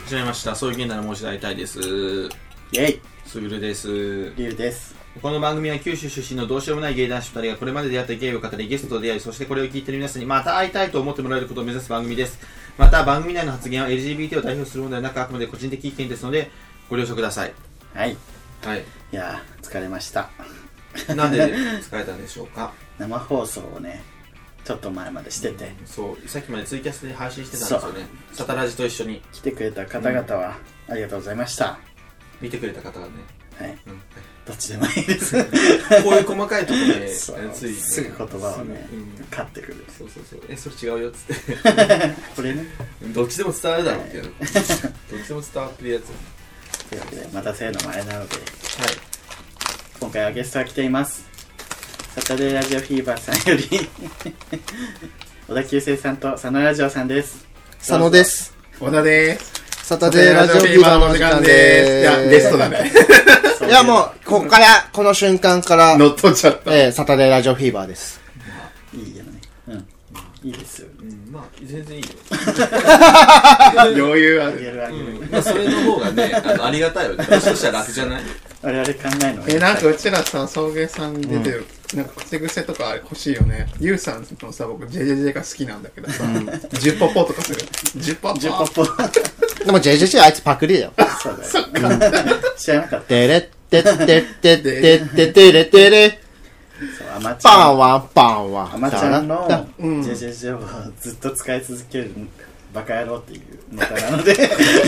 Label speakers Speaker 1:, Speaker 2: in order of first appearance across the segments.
Speaker 1: 始めました。そういう現代の申し上げたいです。
Speaker 2: イェイ。
Speaker 1: すぐるです。
Speaker 2: リュウです。
Speaker 1: この番組は九州出身のどうしようもない芸男子2人がこれまで出会った芸を語り、ゲストと出会い、そしてこれを聞いている皆さんにまた会いたいと思ってもらえることを目指す番組です。また番組内の発言は LGBT を代表するものではなく、あくまで個人的意見ですのでご了承ください。
Speaker 2: はい。
Speaker 1: はい。
Speaker 2: いやー、疲れました。
Speaker 1: なんで疲れたんでしょうか。
Speaker 2: 生放送をね、ちょっと前までしてて、
Speaker 1: そう、さっきまでツイキャスで配信してたんですよね。サタラジと一緒に
Speaker 2: 来てくれた方々は、ありがとうございました。
Speaker 1: 見てくれた方がね、
Speaker 2: はい、どっちでもいいです。
Speaker 1: こういう細かいところで、
Speaker 2: ついすぐ言葉をね、買ってくる。
Speaker 1: そうそうそう、それ違うよっつって。
Speaker 2: これね、
Speaker 1: どっちでも伝わるだろうっていう。どっちでも伝わってるやつ。
Speaker 2: というわけで、またせーのもあれなので、はい、今回はゲストが来ています。サタデーラジオフィーバーさんより小田急生さんと佐野ラジオさんです。
Speaker 3: 佐野です。
Speaker 4: 小田です。
Speaker 3: サタデーラジオフィーバーの時間です。
Speaker 4: いや、ゲストだね。
Speaker 3: いや、もう、ここから、この瞬間から、
Speaker 4: 乗っ取っちゃった。
Speaker 3: サタデーラジオフィーバーです。
Speaker 2: いいよね。いいですよ。
Speaker 1: まあ、全然いいよ。
Speaker 4: 余裕ある。
Speaker 1: それの方がね、ありがたいよね。もしかしたら楽じゃない？
Speaker 2: 我々考えるの
Speaker 4: なんかうちらさ、送迎さんに出てる、なんか口癖とか欲しいよね。ゆうさんのさ、僕、JJJ が好きなんだけどさ、10ポポとかする。10ポポ。
Speaker 3: でも JJJ あいつパクリだよ。
Speaker 2: そうだよ。そっか。知らなかった。
Speaker 3: てれってってってってっててれてれ。パンワンパンワン。
Speaker 2: アマちゃんの JJJ をずっと使い続けるバカ野郎っていうネタなので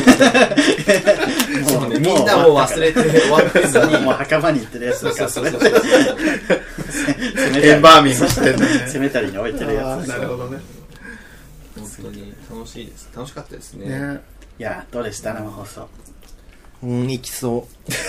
Speaker 1: みんなもう忘れて終わってんのに
Speaker 2: もう墓場に行ってるやつだからそれで
Speaker 4: エンバーミングしてんだね。
Speaker 2: セメタリーに置いてるやつ。
Speaker 4: なるほどね。
Speaker 1: 本当に楽しいです。楽しかったですね。
Speaker 2: いや、どうでした生放送。
Speaker 3: 行きそう。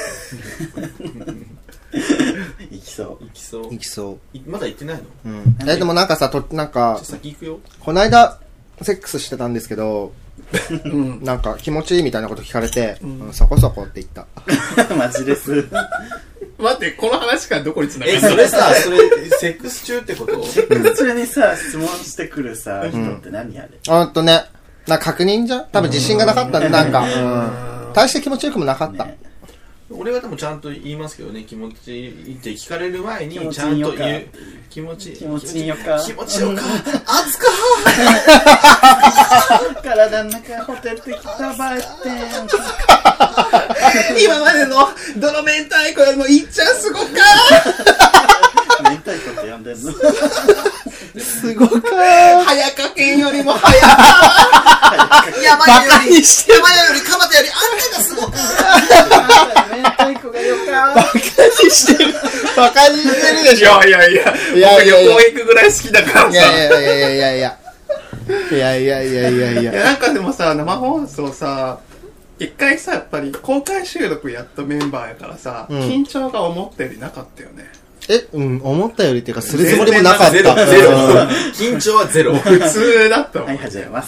Speaker 2: 行きそう。
Speaker 3: 行きそう。
Speaker 1: まだ行ってない
Speaker 3: の？でもなんかさ、なんか、
Speaker 1: 先行くよ。
Speaker 3: こないだ、セックスしてたんですけど、なんか気持ちいいみたいなこと聞かれて、そこそこって言った。
Speaker 2: マジです。
Speaker 4: 待って、この話からどこに繋がる？
Speaker 1: それさ、セックス中ってこと？
Speaker 2: セックス中にさ、質問してくるさ、人って何あれ？
Speaker 3: ね、確認じゃん？多分自信がなかったんで、なんか、大して気持ちよくもなかった。
Speaker 1: 俺はでもちゃんと言いますけどね、気持ちいいって聞かれる前にちゃんと言う。気持ちいいよか熱か
Speaker 2: 体の中ほてってきたばって
Speaker 4: 今までの泥明太子よりもいっちゃんすごか
Speaker 2: 明太子って呼んでんの
Speaker 3: すごか
Speaker 4: 早かけんよりも早か
Speaker 1: 山屋より蒲田よりあんたがすごか
Speaker 2: 明太子がよか
Speaker 3: バカにしてるでしょ。
Speaker 4: いや僕旅行行くぐらい好きだからさ。
Speaker 3: いや
Speaker 4: なんかでもさ、生放送さ、一回さ、やっぱり公開収録やったメンバーやからさ、緊張が思ったよりなかったよね。
Speaker 3: 思ったよりっていうか、するつもりもなかった。
Speaker 1: ゼロ。緊張はゼロ。
Speaker 4: 普通だったもん。
Speaker 2: はい、始めます。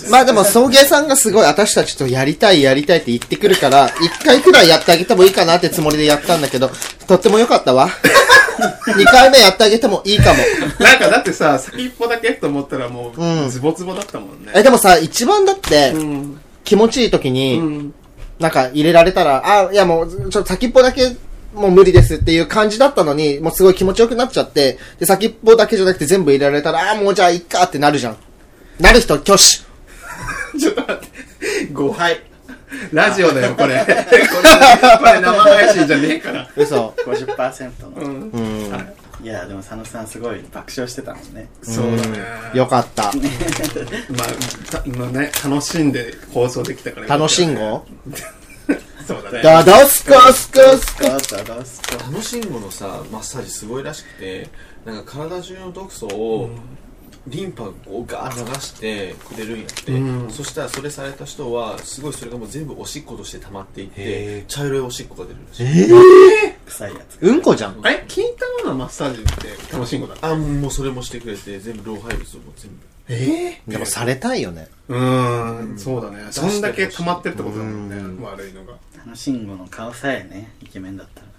Speaker 3: まあでも、送迎さんがすごい、私たちとやりたいって言ってくるから、一回くらいやってあげてもいいかなってつもりでやったんだけど、とっても良かったわ。2回目やってあげてもいいかも。
Speaker 4: なんかだってさ、先っぽだけと思ったらもう、ズボズボだったもんね。
Speaker 3: でもさ、一番だって、気持ちいい時に、なんか入れられたら、いやもう、ちょっと先っぽだけ、もう無理ですっていう感じだったのに、もうすごい気持ちよくなっちゃって、で、先っぽだけじゃなくて全部入れられたら、もうじゃあいっかってなるじゃん。なる人、挙手。
Speaker 4: ちょっと待って。
Speaker 1: はい。
Speaker 4: ラジオだよ、これ。これ生配信じゃねえから。
Speaker 3: 嘘。
Speaker 2: 50% の。いや、でも佐野さんすごい爆笑してたもんね。
Speaker 4: そうだね。
Speaker 3: よかった。
Speaker 4: 今ね、楽しんで放送できたから。
Speaker 3: 楽しんご
Speaker 4: そうだね。
Speaker 3: ダダスカスカスカ。
Speaker 1: 楽しんごのさ、マッサージすごいらしくて、なんか体中の毒素を、リンパをガーッ流してくれるんやって、そしたらそれされた人はすごいそれがもう全部おしっことして溜まっていって茶色いおしっこが出るらしい。
Speaker 2: 臭いやつ。
Speaker 3: うんこじゃん。
Speaker 4: 金玉のマッサージって楽しんごだった？
Speaker 1: もうそれもしてくれて全部老廃物を全部。
Speaker 3: でもされたいよね。
Speaker 4: そうだね。そんだけ溜まってるってことだもんね。悪いのが。
Speaker 2: 楽しんごの顔さえね、イケメンだったら。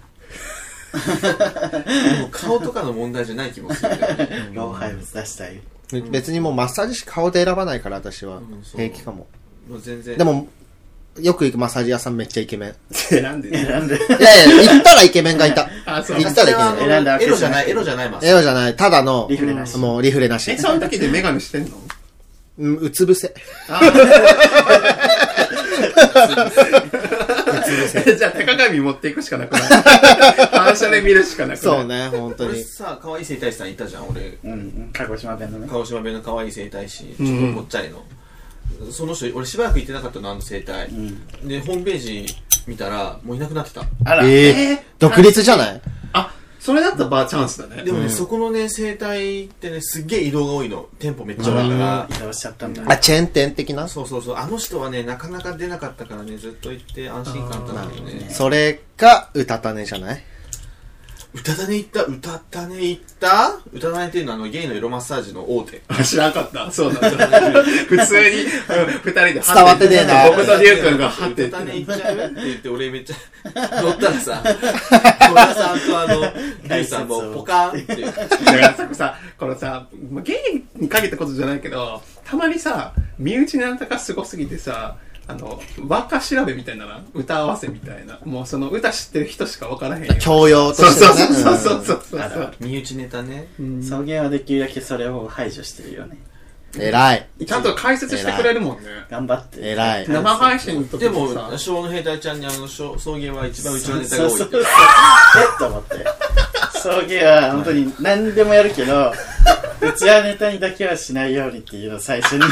Speaker 1: もう顔とかの問題じゃない気もするけどね。
Speaker 2: 老廃物出したい。
Speaker 3: 別にもうマッサージ師顔で選ばないから私は平気かも。
Speaker 1: 全然。
Speaker 3: でもよく行くマッサージ屋さんめっちゃイケメン。
Speaker 4: 選んでね。
Speaker 3: いやいや、行ったらイケメンがいた。
Speaker 4: あ、そう。
Speaker 3: 行ったらイケメン。
Speaker 2: 選んだわけ
Speaker 1: エロじゃないマス。
Speaker 3: エロじゃない、ただの、
Speaker 2: リフレなし
Speaker 3: もうリフレなし。
Speaker 4: その時でメガネしてんの？
Speaker 3: うつ伏せ。
Speaker 4: あじゃあ手鏡持っていくしかなくない？反射で見るしかなくない？
Speaker 3: そうね、本当に。
Speaker 1: 俺さ、可愛い整体師さんいたじゃん、俺。
Speaker 2: 鹿児島弁のね。
Speaker 1: 鹿児島弁の可愛い整体師、ちょっとぽっちゃりの。その人、俺しばらく行ってなかったの、あの整体。で、ホームページ見たら、もういなくなってた。
Speaker 2: あら。
Speaker 3: 独立じゃない？
Speaker 4: あ、それだったらバーチャンスだね。
Speaker 1: でもね、そこのね、整体ってね、すっげえ移動が多いの。店舗めっちゃ多いから。
Speaker 2: 移動しちゃったんだ。
Speaker 3: あ、チェーン店的な？
Speaker 1: そうそうそう。あの人はね、なかなか出なかったからね、ずっと行って安心感あったんだよね。
Speaker 3: それが、うたたねじゃない？
Speaker 1: うたたね行ったうたたねっていうのはゲイのエロマッサージの大手。
Speaker 4: あ、知らなかった。そうなんだ。普通に、二人で
Speaker 3: 伝わってねえな
Speaker 4: 僕とリュウ君が張って
Speaker 1: うたたね行っちゃうって言って、俺めっちゃ乗ったらさ、小田さんとリュウさんもポカーンって言って。
Speaker 4: だからさ、このさ、ゲイに限ったことじゃないけど、たまにさ、身内なんとかすごすぎてさ、和歌調べみたいな歌合わせみたいな。もうその歌知ってる人しか分からへんよ。
Speaker 3: 教養としてね。
Speaker 4: そう。
Speaker 1: 身内ネタね。
Speaker 2: 送迎はできるだけそれを排除してるよね。
Speaker 3: 偉い。
Speaker 4: ちゃんと解説してくれるもんね。
Speaker 2: 頑張って。
Speaker 3: 偉い。
Speaker 4: 生配信の時
Speaker 1: でも
Speaker 4: さ、
Speaker 1: 昭和の兵隊ちゃんに送迎は一番うちのネタが多いって。
Speaker 2: と思って。送迎は本当に何でもやるけど、うちはネタにだけはしないようにっていうのを最初に。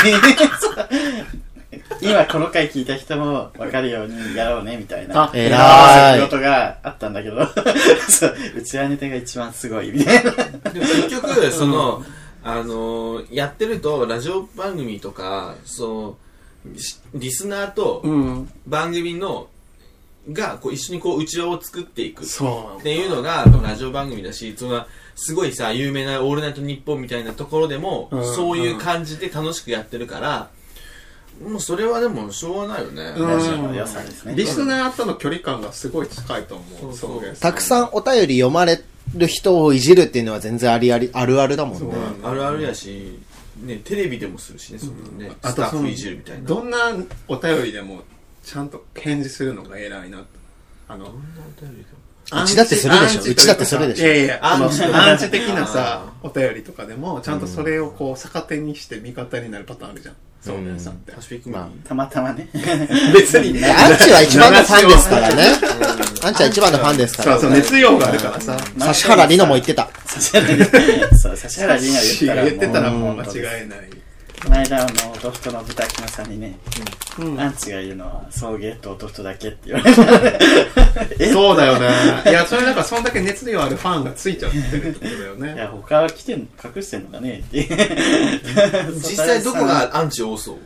Speaker 2: 今この回聞いた人も分かるようにやろうねみたいな
Speaker 3: 偉い
Speaker 2: ことがあったんだけどそううちはネタが一番すごいみたいな。
Speaker 1: でも結局そのやってるとラジオ番組とかリスナーと番組のがこう一緒にこう内輪を作っていくっていうのがラジオ番組だし、すごいさ有名なオールナイトニッポンみたいなところでもそういう感じで楽しくやってるから、もうそれはでもしょうがないよね。
Speaker 2: ラジオの良さですね。
Speaker 4: リスナーとの距離感がすごい近いと思う。
Speaker 1: そう
Speaker 3: たくさんお便り読まれる人をいじるっていうのは全然あるあるだもんね。
Speaker 1: あるあるやし、ね、テレビでもするしね、そのね、スタッフいじるみたいな。
Speaker 4: どんなお便りでもちゃんと返事するのが偉いな。
Speaker 1: どんなお便りでも
Speaker 3: うちだってするでしょ。うちだってするでしょ。
Speaker 4: いやいや、アンチ的なさ、お便りとかでも、ちゃんとそれをこう逆手にして味方になるパターンあるじゃん。そうね、さんって。
Speaker 2: たまたまね。
Speaker 4: 別に。
Speaker 3: アンチは一番のファンですからね。アンチは一番のファンですから。
Speaker 4: そう、熱量があるからさ。
Speaker 3: 指原莉乃も言ってた。
Speaker 2: 指原莉乃
Speaker 4: 言ってたらもう間違いない。
Speaker 2: この間ドフトの豚キノさんにね、アンチが言うのは送迎とドフトだけって言われた。
Speaker 4: そうだよね。いや、それなんかそんだけ熱量あるファンがついちゃってるってことだよね。
Speaker 2: いや、他は隠してんのかねっていう。
Speaker 1: 実際どこがアンチ多そう？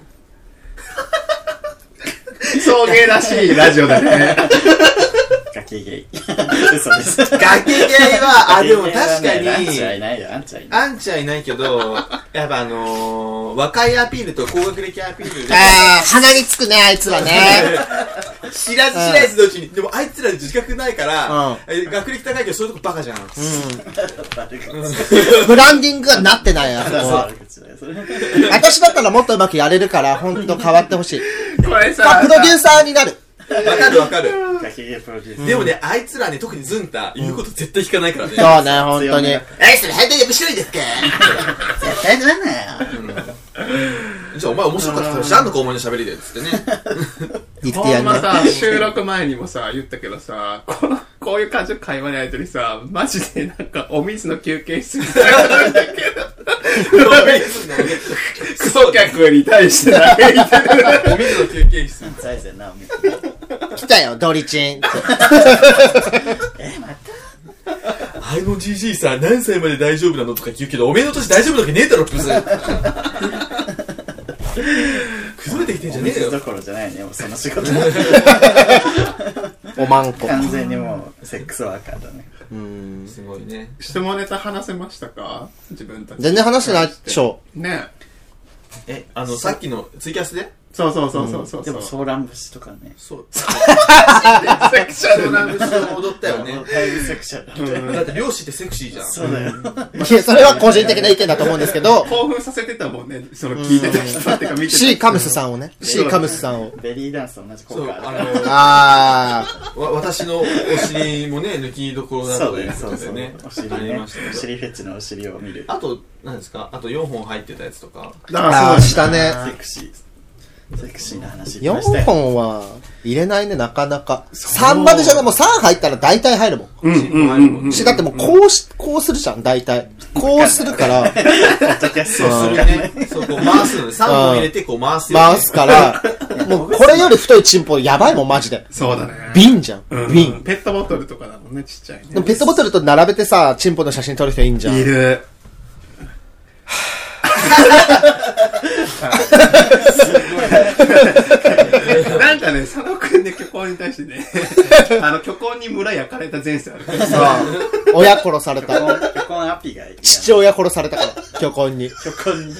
Speaker 4: 送迎らしいラジオだね。
Speaker 2: ガキゲイ。嘘です。
Speaker 1: ガキゲイは、でも確かに、
Speaker 2: アンチはいないよ、アンチはいない。
Speaker 1: アンチはいないけど、やっぱ若いアピールと高学歴アピールで。
Speaker 3: 鼻につくね、あいつらね。
Speaker 1: 知らず知らずのうちに、でもあいつら自覚ないから、学歴高いけどそういうとこバカじゃん。
Speaker 3: ブランディングがなってないよ、あそこは。私だったらもっとうまくやれるから、ほんと変わってほしい。
Speaker 4: これさ、
Speaker 3: プロデューサーになる。
Speaker 1: わかる。
Speaker 2: ガキゲイプロデューサー。
Speaker 1: でもね、あいつらね、特にズンタ、言うこと絶対聞かないからね。
Speaker 3: そうね、ほんとに。
Speaker 1: それ変態面白いですか？
Speaker 2: 絶対なんだよ。
Speaker 1: じゃあお前面白かったら知らんのかお前の喋りで、つってね。
Speaker 3: 言ってやんね。
Speaker 4: ほんまさ、収録前にもさ、言ったけどさ、こういう感じの会話のやりとりさ、マジでなんかお水の休憩室みたいなんだけど。クソ客に対して嘆いてる。
Speaker 1: お水の休憩室。
Speaker 2: 財前直美。
Speaker 3: 来たよ、ドリチン。
Speaker 2: また
Speaker 1: あのじじいさ、何歳まで大丈夫なのとか言うけど、おめえの年大丈夫なわけねえだろ、ブス。崩れてきてんじゃねえよ。
Speaker 2: どころじゃないね、もうその仕事。
Speaker 3: おまんこ。
Speaker 2: 完全にもう、セックスワーカーだね。
Speaker 1: すごいね。
Speaker 4: 下ネタ話せましたか？自分たち。
Speaker 3: 全然話してないでしょ。
Speaker 4: ね
Speaker 1: さっきのツイキャスで
Speaker 4: そう。
Speaker 2: でもソーラン節とかね。
Speaker 1: そう。
Speaker 4: セクシャルな
Speaker 1: 節を踊ったよね。
Speaker 2: だいぶセクシャル
Speaker 1: だって漁師ってセクシーじゃん。
Speaker 2: そうだよ。
Speaker 3: いや、それは個人的な意見だと思うんですけど、
Speaker 4: 興奮させてたもんね。その聞いてた人っていうか見てた人。
Speaker 3: シーカムスさんをね。シーカムスさんを。
Speaker 2: ベリーダンスと同じ効
Speaker 1: そう、
Speaker 2: 果ある。
Speaker 1: 私のお尻もね、抜きどころだということでね。
Speaker 2: お尻ね。お尻フェチのお尻を見る。
Speaker 1: あと、何ですか？あと4本入ってたやつとか。
Speaker 3: したね。
Speaker 2: セクシーな話。
Speaker 3: 4本は入れないね、なかなか。3までじゃない、もう3入ったら大体入るもん。だってもうこうするじゃん、大体。こうするから。
Speaker 1: そうするね。そう、こう回すので、3本入れてこう回すよ。
Speaker 3: 回すから、もうこれより太いチンポやばいもん、マジで。
Speaker 4: そうだね。
Speaker 3: 瓶じゃん。瓶。
Speaker 4: ペットボトルとかだもんね、ちっちゃいね。
Speaker 3: でもペットボトルと並べてさ、チンポの写真撮る人いいんじゃん。
Speaker 4: いる。なんかね、佐野くんね、虚構に対してね、虚構に村焼かれた前世あるからさ、
Speaker 3: 親殺された。
Speaker 2: 虚構アピがいい。
Speaker 3: 父親殺されたから、虚構に。
Speaker 2: 虚構に。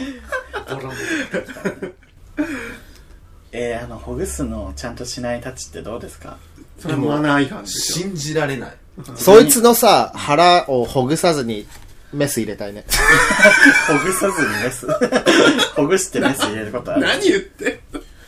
Speaker 2: ほぐすのちゃんとしないたちってどうですか？
Speaker 4: それもマナー違反ですよ。
Speaker 1: 信じられない。
Speaker 3: そいつのさ、腹をほぐさずに、メス入れたいね。
Speaker 2: ほぐさずにメスほぐしてメス入れることある？
Speaker 4: 何言って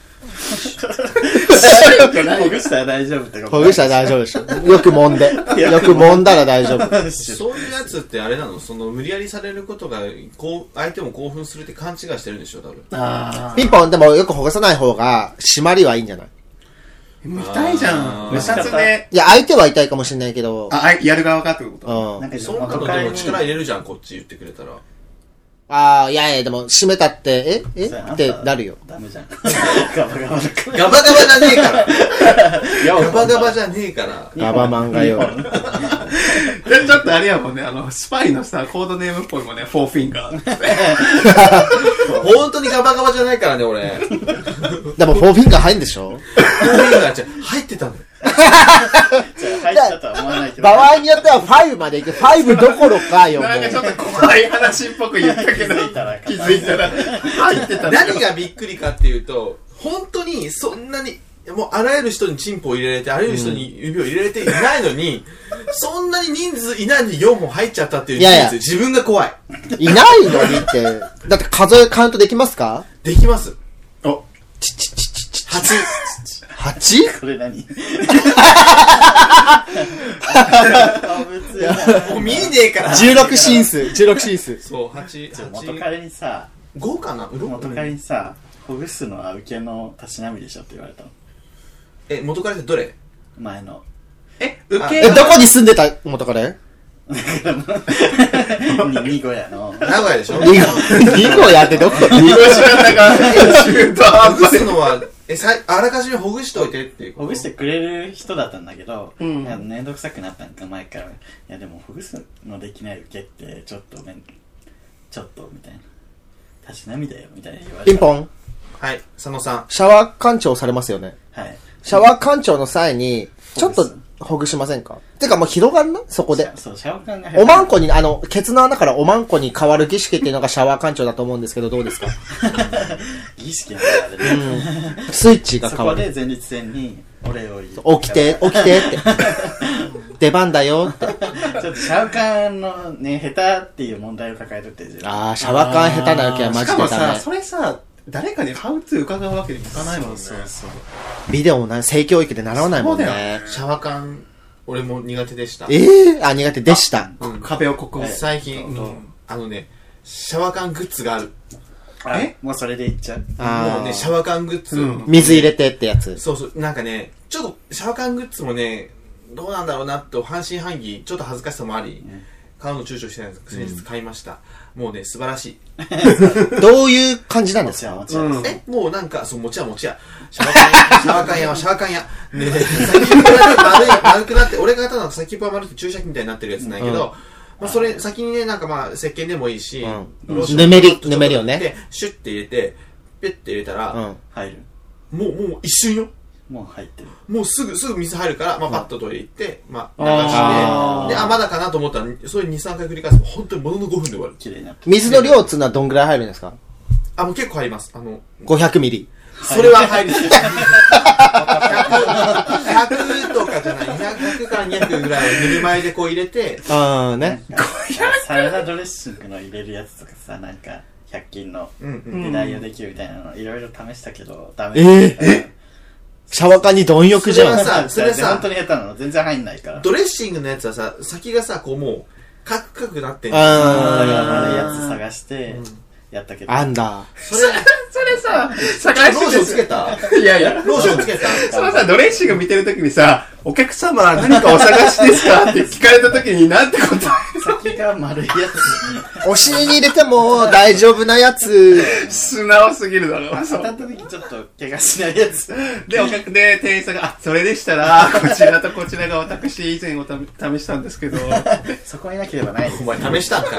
Speaker 2: ほぐしたら大丈夫ってこと？
Speaker 3: ほぐしたら大丈夫でしょ。よく揉んで。よく揉んだら大丈夫。
Speaker 1: そういうやつってあれなの？その無理やりされることが相手も興奮するって勘違いしてるんでしょ、多分。
Speaker 3: ピンポン、でもよくほぐさない方が締まりはいいんじゃない？
Speaker 4: 痛いじゃん。2つ目。
Speaker 3: いや、相手は痛いかもしれないけど。
Speaker 4: やる側かってこと？
Speaker 1: なんかそんなのでも力入れるじゃん、こっち言ってくれたら。
Speaker 3: いや、でも、締めたって、ってなるよ。
Speaker 2: ダメじゃん。
Speaker 1: ガバガバじゃねえから。ガバガバじゃねえから。
Speaker 3: ガバ漫画よ。
Speaker 4: で、ちょっとあれやもんね、スパイのさ、コードネームっぽいもんね、フォーフィンガー。
Speaker 1: 本当にガバガバじゃないからね、俺。
Speaker 3: でも、フォーフィンガー入んでしょ？
Speaker 1: フォーフィンガー入ってたのよ。
Speaker 2: 入ったとは思わないけど。
Speaker 3: 場合によっては5まで行く。5どころかよ。
Speaker 4: なんかちょっと怖い話っぽく言ったけど、気づいたら入ってた。
Speaker 1: 何がびっくりかっていうと、本当にそんなに、もうあらゆる人にチンポを入れられて、あらゆる人に指を入れられていないのに、そんなに人数いないのに4本入っちゃったっていう事実、自分が怖い。
Speaker 3: いないのにって、だってカウントできますか？
Speaker 1: できます。
Speaker 4: お、
Speaker 3: 8？
Speaker 2: これ何？
Speaker 1: もう見えねえから。
Speaker 3: 16シンス。
Speaker 1: そう、8。
Speaker 2: 元彼にさ、
Speaker 1: 5かな？
Speaker 2: 元彼にさ、ほぐすのは受けのたしなみでしょって言われたの。
Speaker 1: 元彼ってどれ？
Speaker 2: 前の。
Speaker 4: 受け
Speaker 3: どこに住んでた元彼
Speaker 2: 2号屋の。
Speaker 1: 名古屋でしょ？2
Speaker 3: 号屋ってどこ？2号
Speaker 4: 屋が
Speaker 1: ほぐすのは、あらかじめほぐしといてっていう。
Speaker 2: ほぐしてくれる人だったんだけど、めんどくさくなったんか前から。いやでもほぐすのできない受けってちょっとみたいな。たしなみだよみたいな言われた。
Speaker 3: ピンポン。
Speaker 1: はい、佐野さん。
Speaker 3: シャワー館長されますよね。
Speaker 2: はい。
Speaker 3: シャワー館長の際に、ちょっとほぐしませんか？てかもう広がるなそこで。
Speaker 2: そう、シャワー館が。
Speaker 3: おまんこに、ケツの穴からおまんこに変わる儀式っていうのがシャワー館長だと思うんですけど、どうですか？
Speaker 2: 儀式なんだね。
Speaker 3: スイッチが変わる。
Speaker 2: そこで前立腺にお礼を言
Speaker 3: う。起きてって。出番だよって。
Speaker 2: ちょっとシャワー館のね、下手っていう問題を抱えとってるじゃん。
Speaker 3: シャワー館下手なわけはマジでダメ。
Speaker 4: しかもさ、それさ、誰かにハウツー伺うわけにもいかないもんね。そう。
Speaker 3: ビデオも性教育で習わないもんね。
Speaker 1: シャワー館、俺も苦手でした。
Speaker 3: 苦手でした。
Speaker 4: 壁を克服。
Speaker 1: 最近、シャワー館グッズがある。
Speaker 2: もうそれでいっちゃう。
Speaker 1: もうね、シャワー館グッズ。
Speaker 3: 水入れてってやつ。
Speaker 1: そう。なんかね、ちょっとシャワー館グッズもね、どうなんだろうなって半信半疑、ちょっと恥ずかしさもあり、買うの躊躇してないんですけど、先日買いました。もうね、素晴らしい。
Speaker 3: どういう感じなんですか？
Speaker 1: もうなんか、もちや。シャワー館屋。ね、先っぽが丸くなって、俺が買ったのは先っぽが丸くて注射器みたいになってるやつなんやけど、それ、先にね、なんか石鹸でもいいし、
Speaker 3: ぬめりをね。
Speaker 1: で、シュッて入れて、ペッて入れたら、
Speaker 2: 入る。
Speaker 1: もう一瞬よ。
Speaker 2: もう入ってる。
Speaker 1: もうすぐ水入るから、パッとトイレ行って、流して、まだかなと思ったら、それ2、3回繰り返すと、本当にものの5分で終わる。
Speaker 2: 綺麗な。
Speaker 3: 水の量っていうのはどんぐらい入るんですか？
Speaker 1: もう結構入ります。
Speaker 3: 500ミリ。
Speaker 1: それは入りすぎ。100とかじゃない、100から200ぐらいを塗り前でこう入れて、
Speaker 3: ね。
Speaker 2: サラダドレッシングの入れるやつとかさ、なんか100均ので代用できるみたいなのいろいろ試したけどダメ。
Speaker 3: シャワカに貪欲じゃん。
Speaker 2: それさ、本当に下手なの全然入んないから。
Speaker 1: ドレッシングのやつはさ、先がさ、こうもうカクカクなってんの。
Speaker 2: だから丸いやつ探してやったけど。
Speaker 3: あんだ。
Speaker 4: それさ、探
Speaker 1: ローションつけた？
Speaker 4: いやいや、
Speaker 1: ローションつけた？
Speaker 4: そのさ、ドレッシング見てるときにさ、お客様何かお探しですかって聞かれたときになんて答える？
Speaker 2: 先が丸いや
Speaker 3: お尻に入れても大丈夫なやつ。
Speaker 4: 素直すぎるだろ。
Speaker 2: つ。当たったときちょっと怪我しないやつ。
Speaker 4: で、店員さんが、それでしたら、こちらとこちらが私以前お試したんですけど。
Speaker 2: そこになければないです。
Speaker 1: お前試したんか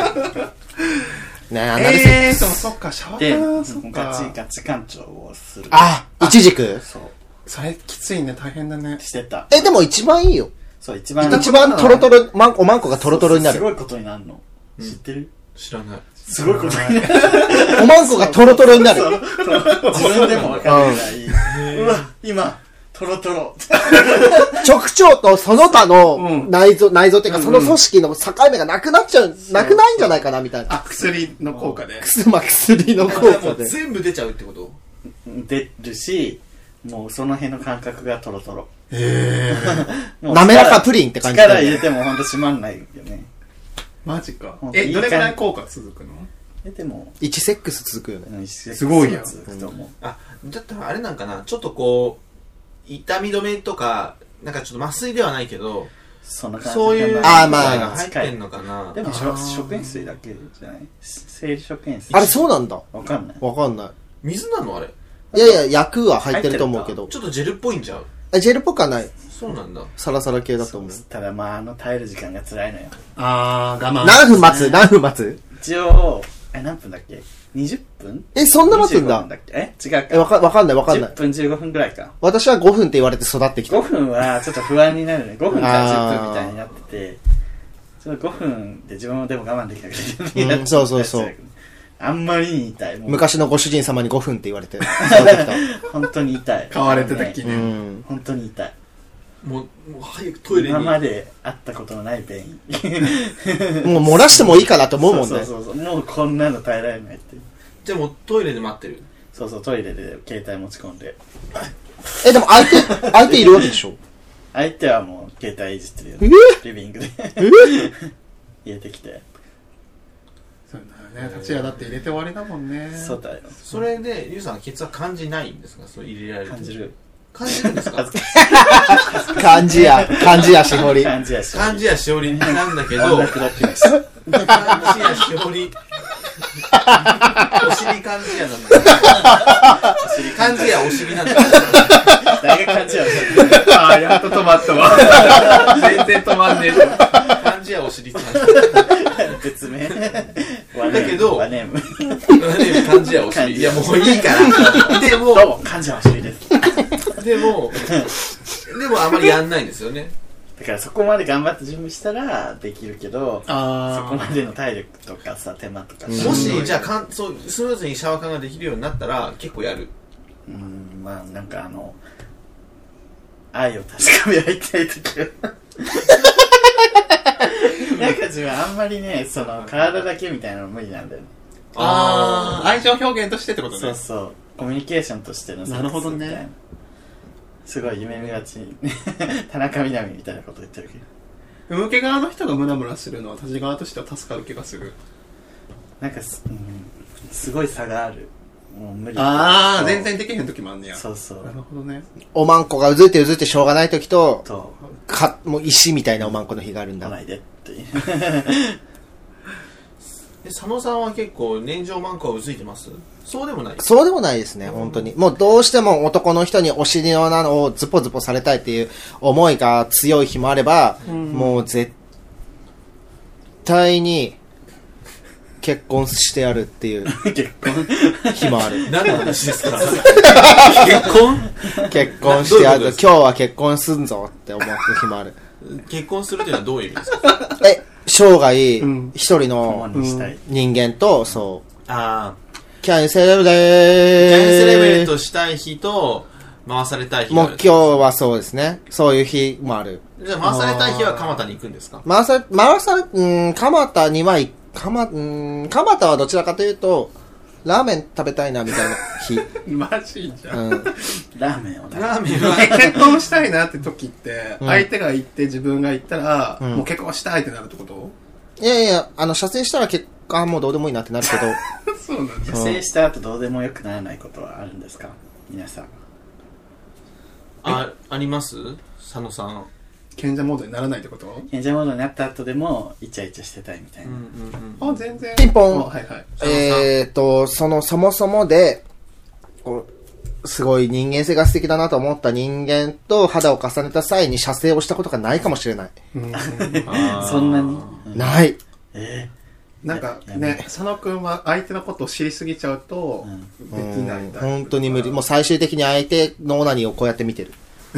Speaker 3: ね
Speaker 4: そっか、シャワ
Speaker 2: で、
Speaker 4: ーそっ
Speaker 2: ガチ
Speaker 4: か。
Speaker 2: ガチ館長をする。
Speaker 3: イチジク。
Speaker 2: そう。
Speaker 4: それきついね、大変だね。
Speaker 2: してた。
Speaker 3: でも一番いいよ。
Speaker 2: そう、一番
Speaker 3: トロトロ、おまんこがトロトロになる。
Speaker 2: すごいことになるの。知ってる？
Speaker 1: 知らない。
Speaker 2: すごいことになる。
Speaker 3: おまんこがトロトロになる。
Speaker 2: 自分でもわかるぐらい。うわ、今、トロトロ。
Speaker 3: 直腸とその他の内臓っていうかその組織の境目がなくなっちゃう、なくないんじゃないかなみたいな。
Speaker 4: 薬の効果で。
Speaker 3: 薬の効果で。
Speaker 1: 全部出ちゃうってこと？
Speaker 2: 出るし、もうその辺の感覚がトロトロ。
Speaker 3: 滑らかプリンって感じだよね。
Speaker 2: 力入れてもほんと閉まんないよね。
Speaker 4: マジか。
Speaker 2: ほんといい
Speaker 4: どれくらい効果続くの？
Speaker 2: でも、
Speaker 3: 1セックス続くよね。
Speaker 4: すごいやん。
Speaker 2: 続くと思う。
Speaker 1: だったらあれなんかな、ちょっとこう、痛み止めとか、なんかちょっと麻酔ではないけど、
Speaker 2: そんな感じ。
Speaker 1: そういう
Speaker 3: まあ
Speaker 1: が入ってんのかな。
Speaker 2: でも食塩水だけじゃない？生理食塩水。
Speaker 3: あれそうなんだ。
Speaker 2: わかんない。
Speaker 3: わかんない。
Speaker 1: 水なのあれ？
Speaker 3: いやいや、薬は入ってると思うけど。
Speaker 1: ちょっとジェルっぽいんちゃう？
Speaker 3: ジェルっぽくはない。
Speaker 1: そうなんだ。
Speaker 3: サラサラ系だと思う。
Speaker 2: ただまあ、耐える時間が辛いのよ。
Speaker 4: 我慢。
Speaker 3: 何分待つ？何分待つ？
Speaker 2: 一応、何分だっけ？ 20分？
Speaker 3: そんな待つんだ。
Speaker 2: 違うか。
Speaker 3: わかんない。
Speaker 2: 10分15分ぐらいか。
Speaker 3: 私は5分って言われて育ってきた。
Speaker 2: 5分はちょっと不安になるね。5分から10分みたいになってて、ちょっと5分で自分もでも我慢できなくて。
Speaker 3: そう。
Speaker 2: あんまりに痛い。
Speaker 3: 昔のご主人様に5分って言われて育ってきた。
Speaker 2: 本当に痛い。
Speaker 4: 買われてた気ね。
Speaker 2: 本当に痛い。
Speaker 1: もう早くトイレに。
Speaker 2: 今まで会ったことのない便意。
Speaker 3: もう漏らしてもいいかなと思うもんね。
Speaker 2: そう。もうこんなの耐えられないって。
Speaker 1: じゃあもうトイレで待ってる。
Speaker 2: そう、トイレで携帯持ち込んで。
Speaker 3: でも相手いるわけでしょ？
Speaker 2: 相手はもう携帯いじってるよね。リビングで。入れてきて。
Speaker 4: そうだよね。立ち屋だって入れて終わりだもんね。
Speaker 2: そうだよ。
Speaker 1: それで、リュウさんはケツは感じないんですか？そう入れられる。
Speaker 2: 感じる。
Speaker 1: 感じるんですか？
Speaker 3: 漢字やしほり。
Speaker 2: 漢字や
Speaker 1: しおりなんだけど、
Speaker 2: 漢字や
Speaker 1: しおり。お尻漢字やなんだ。漢字やお尻なんだ。
Speaker 2: 誰が漢字や
Speaker 4: やっと止まったわ。全然止まんねえ。
Speaker 1: 漢字やお尻って
Speaker 2: 別名。
Speaker 1: だけど、
Speaker 2: ワネーム。
Speaker 1: 漢字やお尻。いやもういいから。でも、
Speaker 2: どうも、漢字やお尻です。
Speaker 1: でもあまりやんないんですよね。
Speaker 2: だからそこまで頑張って準備したらできるけど、そこまでの体力とかさ、手間とか。
Speaker 1: もし、じゃあそうスムーズにシャワー缶ができるようになったら結構やる。
Speaker 2: まあなんか愛を確かめ合いたいときは。なんか自分あんまりね、体だけみたいなの無理なんだよね。
Speaker 4: 愛情表現としてってことね。
Speaker 2: そう。コミュニケーションとしての
Speaker 4: なるほどね。
Speaker 2: すごい夢見がちに田中みな実みたいなこと言ってるけ
Speaker 4: ど、向け側の人がムラムラするのは立ち側としては助かる気がする。
Speaker 2: なんかすごい差がある。もう無理。
Speaker 4: 全然できへん時もあんねや。
Speaker 2: そう。
Speaker 4: なるほどね。
Speaker 3: おまんこがうずいてしょうがない時ともう石みたいなおまんこの日があるんだ。
Speaker 2: 来ないでっていう。
Speaker 1: 佐野さんは結構年上マンコはうずいてます？そうでもない？
Speaker 3: そうでもないですね、本当に。もうどうしても男の人にお尻のなのをズポズポされたいっていう思いが強い日もあれば、もう絶対に結婚してやるっていう日もある。
Speaker 1: 何の話ですか？
Speaker 3: 結婚してやる。今日は結婚すんぞって思う日もある。
Speaker 1: 結婚するっていうのはどういう意味ですか？
Speaker 3: 生涯一人の人間と、キャンセレブでーす。
Speaker 1: キャンセレブレットをしたい日と回されたい日がある。
Speaker 3: もう今日はそうですね。そういう日もある。
Speaker 1: じゃあ回されたい日は蒲田に行くんですか？
Speaker 3: 蒲田には、蒲田はどちらかというと、ラーメン食べたいな、みたいな日。
Speaker 4: マジじゃん。
Speaker 2: ラーメンを
Speaker 1: ラーメンは
Speaker 4: 結婚したいなって時って、相手が行って自分が行ったら、もう結婚したいってなるってこと？
Speaker 3: いやいや、射精したら結果もうどうでもいいなってなるけど。
Speaker 4: そうなんだ。
Speaker 2: 射精した後どうでもよくならないことはあるんですか皆さん。
Speaker 1: あります佐野さん。
Speaker 4: 賢者モードにならないってこと？
Speaker 2: 賢者モードになった後でもイチャイチャしてたいみたいな。
Speaker 4: あ、全然。
Speaker 3: ピンポン。
Speaker 4: はいはい。
Speaker 3: そもそもで、すごい人間性が素敵だなと思った人間と肌を重ねた際に射精をしたことがないかもしれない。
Speaker 2: そんなに、
Speaker 3: ない。
Speaker 4: なんかね、佐野くんは相手のことを知りすぎちゃうと、できないんだ。
Speaker 3: 本当に無理。もう最終的に相手のオナニーをこうやって見てる。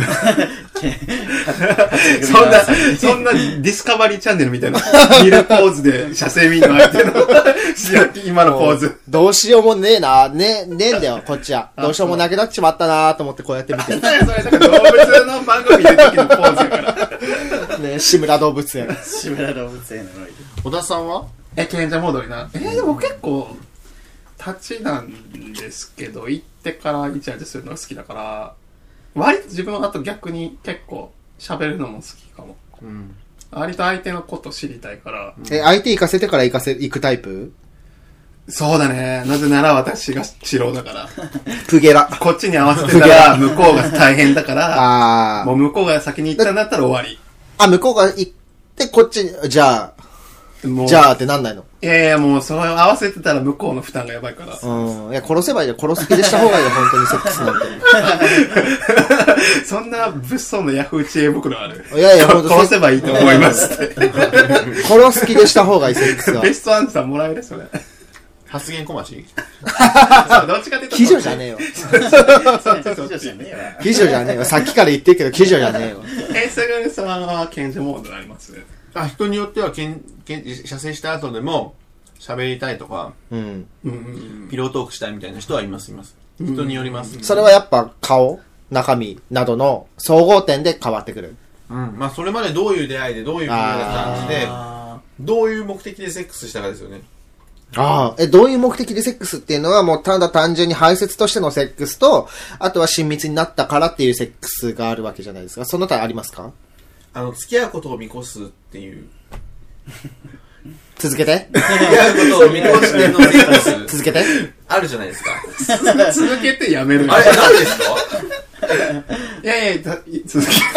Speaker 4: そんなディスカバリーチャンネルみたいな見るポーズで射精見るの相手の今のポーズ。
Speaker 3: どうしようもねえな。ねえんだよ、こっちは。どうしようもなくなっちまったなと思ってこうやって見てる。
Speaker 4: それなんか動物の番組見る時のポーズやから
Speaker 3: ね、志村動物園。
Speaker 2: 志村動物園のノイ
Speaker 1: 小田さんは？
Speaker 4: 賢者モードにな。でも結構立ちなんですけど、行ってからイチャイチャするのが好きだから割と自分はあと逆に結構喋るのも好きかも。割と相手のこと知りたいから。
Speaker 3: 相手行かせてから行くタイプ？
Speaker 4: そうだね。なぜなら私が素人だから。
Speaker 3: プゲラ。
Speaker 4: こっちに合わせてたら向こうが大変だから、もう向こうが先に行ったんだったら終わり。
Speaker 3: 向こうが行ってこっちに、じゃあってなんないの？
Speaker 4: いやいや、もうそれを合わせてたら向こうの負担がやばいから。
Speaker 3: いや、殺せばいいよ。殺す気でした方がいいよ、本当にセックスなんて。
Speaker 4: そんな物騒なヤフー知恵袋ある？
Speaker 3: いやいや、本当
Speaker 4: 殺せばいいと思いますって。
Speaker 3: 殺す気でした方がいい、セックスは。
Speaker 4: ベストアンサーもらえるそれ。
Speaker 1: 発言小町？
Speaker 4: どっちかっていうと。
Speaker 3: 鬼女じゃねえよ。
Speaker 2: 鬼女じゃねえわ。
Speaker 3: 鬼女じゃねえよ。さっきから言ってるけど、鬼女じゃねえよ。
Speaker 4: すぐるさんは賢者モードあります？
Speaker 1: 人によっては射精した後でも喋りたいとか、ピロートークしたいみたいな人はいます。人によります。
Speaker 3: それはやっぱ顔、中身などの総合点で変わってくる。
Speaker 1: まあそれまでどういう出会いでどういう感じでどういう目的でセックスしたかですよね。
Speaker 3: どういう目的でセックスっていうのはもうただ単純に排泄としてのセックスと、あとは親密になったからっていうセックスがあるわけじゃないですか。その他ありますか？
Speaker 1: 付き合うことを見越すっていう。
Speaker 3: 続けて。
Speaker 1: 付き合うことを見越してのセックス。
Speaker 3: 続けて。
Speaker 1: あるじゃないですか。
Speaker 4: 続けてやめる。
Speaker 1: あれ、何ですか？
Speaker 4: いやいや、続けて。続けて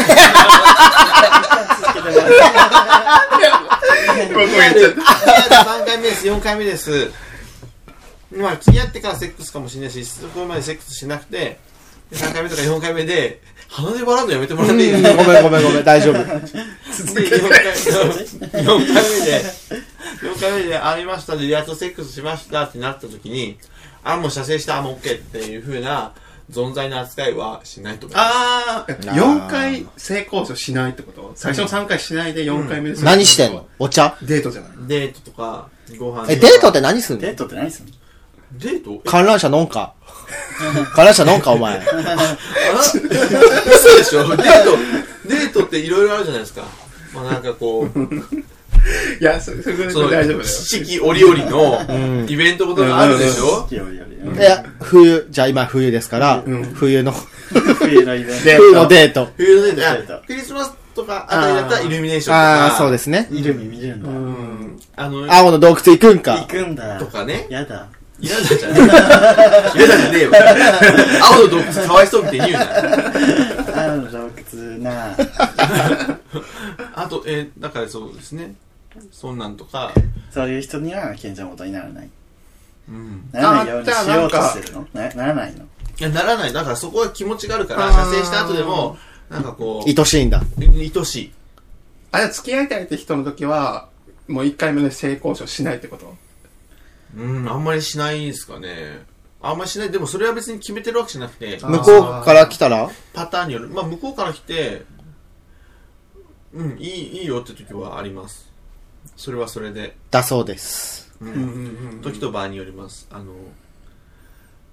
Speaker 4: ここ言っちゃった。
Speaker 1: 3回目です、4回目です。まあ、付き合ってからセックスかもしれないし、そこまでセックスしなくて、3回目とか4回目で、鼻で笑うのやめてもらっていいですか？
Speaker 3: ごめん、大丈夫。
Speaker 1: 4回目で会いましたで、やっとセックスしましたってなった時に、もう射精した、もう OK っていう風な存在の扱いはしないと思います。
Speaker 4: 4回性交渉しないってこと？最初の3回しないで4回目で、
Speaker 3: 何してんの？お茶？
Speaker 4: デートじゃない？
Speaker 1: デートとか、ご飯。
Speaker 3: デートって何すんの？
Speaker 2: デートって何すんの？
Speaker 1: デート？
Speaker 3: 観覧車飲んか。観覧車飲んか、お前。
Speaker 1: 嘘でしょ？デートっていろいろあるじゃないですか。まあなんかこう。
Speaker 4: いや、それ大丈夫だよ。
Speaker 1: 四季折々のイベントことがあるでしょ？
Speaker 3: いや、じゃあ今冬ですから、冬の
Speaker 2: 冬のイベント。
Speaker 3: 冬のデート。
Speaker 1: 冬のデート。クリスマスとかあたりだったらイルミネーションとか。
Speaker 3: そうですね。
Speaker 2: イルミ見るんだ。
Speaker 3: 青の洞窟行くんか。
Speaker 2: 行くんだ。
Speaker 1: とかね。
Speaker 2: やだ。
Speaker 1: 嫌だじゃねえ。嫌だじゃねえよ。青の洞窟かわいそうみたいに言うな。
Speaker 2: 青の洞窟な。
Speaker 1: あと、だからそうですね。そんなんとか。
Speaker 2: そういう人には賢者モードにならない。な
Speaker 4: ら
Speaker 2: ないようにしようとしてるの？ならないの？
Speaker 1: いや、ならない。だからそこは気持ちがあるから、射精した後でも、なんかこう。
Speaker 3: 愛しいんだ。
Speaker 1: 愛しい。
Speaker 4: じゃあ付き合いたいって人の時は、もう1回目の性交渉しないってこと？
Speaker 1: あんまりしないですかね。あんまりしない。でもそれは別に決めてるわけじゃなくて。
Speaker 3: 向こうから来たら？
Speaker 1: パターンによる。まあ向こうから来て、いいよって時はあります。それはそれで。
Speaker 3: だそうです。
Speaker 1: 時と場合によります。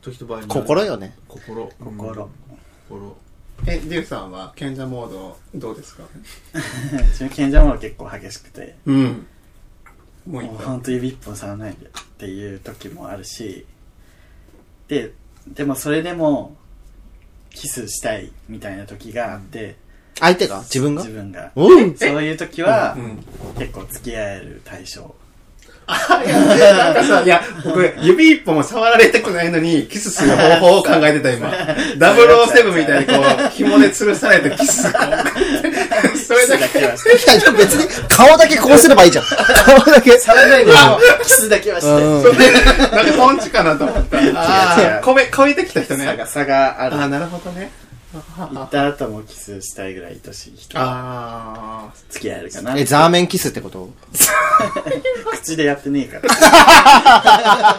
Speaker 1: 時と場合に
Speaker 3: 心よね。
Speaker 1: 心。
Speaker 4: リュウさんは賢者モードどうですか？
Speaker 2: 自分賢者モード結構激しくて、
Speaker 4: うん。もういい
Speaker 2: もうほんと指一本触らないでっていう時もあるし、でもそれでもキスしたいみたいな時があって、
Speaker 3: 相手が自分が
Speaker 2: 自分が
Speaker 3: うん
Speaker 2: そういう時は、
Speaker 4: うん
Speaker 2: 結構付き合える対象。
Speaker 4: なんかさ、いや、僕、指一本も触られたくないのに、キスする方法を考えてた、今。007みたいにこう、紐で吊るされてキスこう。それだけ。
Speaker 3: いや、でも別に顔だけこうすればいいじゃん。顔だけ。
Speaker 2: 触らないでキスだけはして。
Speaker 4: なんかトンチかなと思った。ああ、超えてきた人ね。
Speaker 2: 差がある。
Speaker 4: ああ、なるほどね。
Speaker 2: 行った後もキスしたいぐらい愛しい人。
Speaker 4: ああ。
Speaker 2: 付き合えるかな。
Speaker 3: ザーメンキスってこと？
Speaker 2: 口でやってねえから。